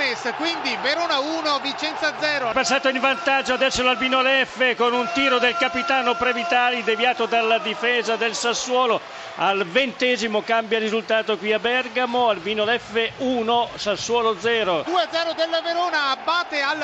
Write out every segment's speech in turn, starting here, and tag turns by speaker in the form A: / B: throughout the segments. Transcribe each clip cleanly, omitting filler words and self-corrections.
A: Gomez, quindi Verona 1, Vicenza 0.
B: Passato in vantaggio adesso l'Albino Leffe con un tiro del capitano Previtali deviato dalla difesa del Sassuolo. Al 20° cambia risultato qui a Bergamo, Albino Leffe 1, Sassuolo 0.
A: 2-0 del Verona, batte al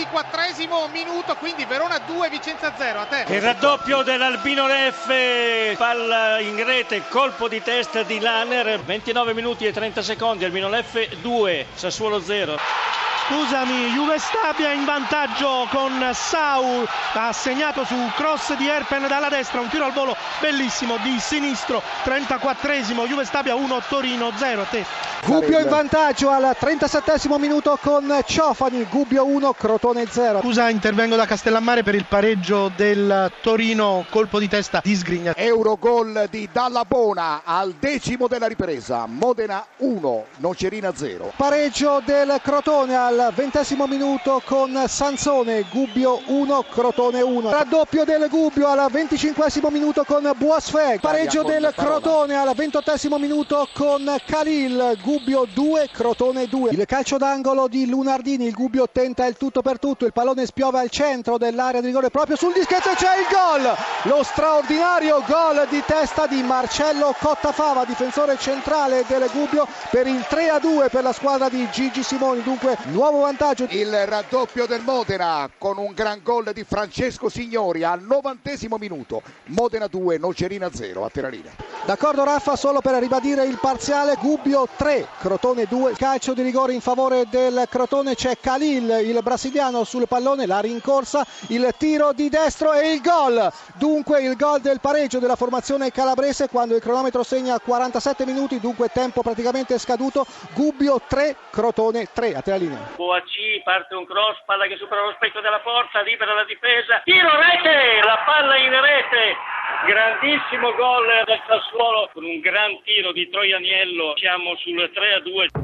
A: 24° minuto, quindi Verona 2, Vicenza 0. A te.
B: Il raddoppio dell'Albino Leffe, palla in rete, colpo di testa di Lanner, 29 minuti e 30 secondi, Albino Leffe 2, Sassuolo 0.
C: Scusami, Juve Stabia in vantaggio con Sau, ha segnato su cross di Erpen dalla destra, un tiro al volo bellissimo di sinistro, 34°, Juve Stabia 1, Torino 0. A te.
D: Gubbio in vantaggio al 37° minuto con Ciofani, Gubbio 1, Crotone 0.
C: Scusa, intervengo da Castellammare per il pareggio del Torino, colpo di testa di Sgrigna.
E: Eurogol di Dall'Abona al 10° della ripresa, Modena 1, Nocerina 0.
D: Pareggio del Crotone al 20° minuto con Sansone, Gubbio 1, Crotone 1. Raddoppio del Gubbio al 25° minuto con Boisfeg. Pareggio del Crotone al 28° minuto con Khalil, Gubbio 2, Crotone 2. Il calcio d'angolo di Lunardini, il Gubbio tenta il tutto per tutto, il pallone spiove al centro dell'area di rigore proprio sul dischetto e c'è il gol! Lo straordinario gol di testa di Marcello Cottafava, difensore centrale del Gubbio, per il 3-2 per la squadra di Gigi Simoni. Dunque nuovo vantaggio.
E: Il raddoppio del Modena con un gran gol di Francesco Signori al 90° minuto, Modena 2, Nocerina 0. A Terralina.
D: D'accordo Raffa, solo per ribadire il parziale, Gubbio 3, Crotone 2. Calcio di rigore in favore del Crotone, c'è Khalil, il brasiliano sul pallone, la rincorsa, il tiro di destro e il gol. Dunque il gol del pareggio della formazione calabrese quando il cronometro segna 47 minuti, dunque tempo praticamente scaduto. Gubbio 3, Crotone 3. A te la linea.
B: Boaci, parte un cross, palla che supera lo specchio della porta, libera la difesa, tiro rete, la palla in rete, grandissimo gol del Sassuolo con un gran tiro di Troianiello, siamo sul 3-2.